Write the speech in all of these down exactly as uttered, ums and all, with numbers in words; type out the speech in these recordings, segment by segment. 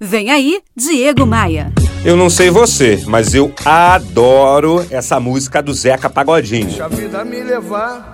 Vem aí, Diego Maia. Eu não sei você, mas eu adoro essa música do Zeca Pagodinho. Deixa a vida me levar.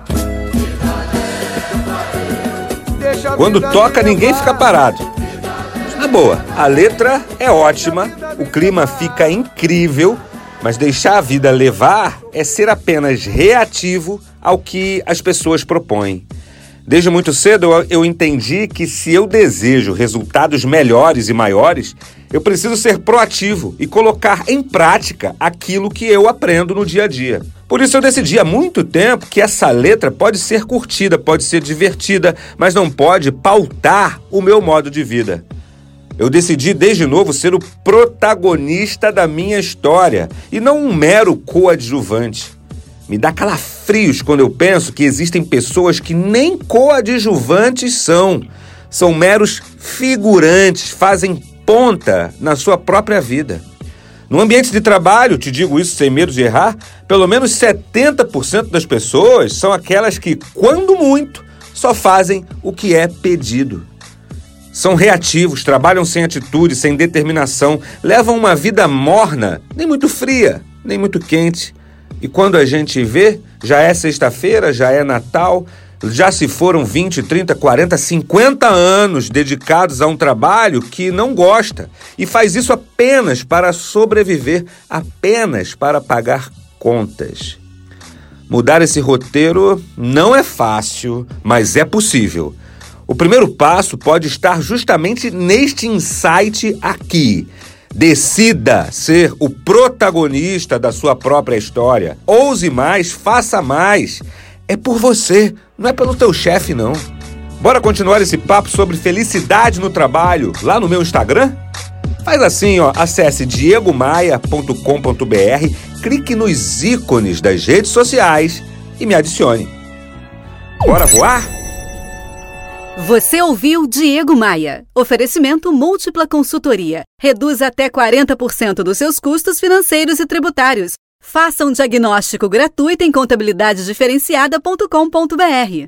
Quando toca, ninguém fica parado. Na boa, a letra é ótima, o clima fica incrível, mas deixar a vida levar é ser apenas reativo ao que as pessoas propõem. Desde muito cedo eu entendi que se eu desejo resultados melhores e maiores, eu preciso ser proativo e colocar em prática aquilo que eu aprendo no dia a dia. Por isso eu decidi há muito tempo que essa letra pode ser curtida, pode ser divertida, mas não pode pautar o meu modo de vida. Eu decidi desde novo ser o protagonista da minha história e não um mero coadjuvante. Me dá calafrios quando eu penso que existem pessoas que nem coadjuvantes são. São meros figurantes, fazem ponta na sua própria vida. No ambiente de trabalho, te digo isso sem medo de errar, pelo menos setenta por cento das pessoas são aquelas que, quando muito, só fazem o que é pedido. São reativos, trabalham sem atitude, sem determinação, levam uma vida morna, nem muito fria, nem muito quente. E quando a gente vê, já é sexta-feira, já é Natal, já se foram vinte, trinta, quarenta, cinquenta anos dedicados a um trabalho que não gosta e faz isso apenas para sobreviver, apenas para pagar contas. Mudar esse roteiro não é fácil, mas é possível. O primeiro passo pode estar justamente neste insight aqui. Decida ser o protagonista da sua própria história. Ouse mais, faça mais. É por você, não é pelo teu chefe, não. Bora continuar esse papo sobre felicidade no trabalho lá no meu Instagram? Faz assim, ó, acesse diego maia ponto com ponto b r, clique nos ícones das redes sociais e me adicione. Bora voar? Você ouviu Diego Maia. Oferecimento Múltipla Consultoria. Reduz até quarenta por cento dos seus custos financeiros e tributários. Faça um diagnóstico gratuito em contabilidade diferenciada ponto com ponto b r.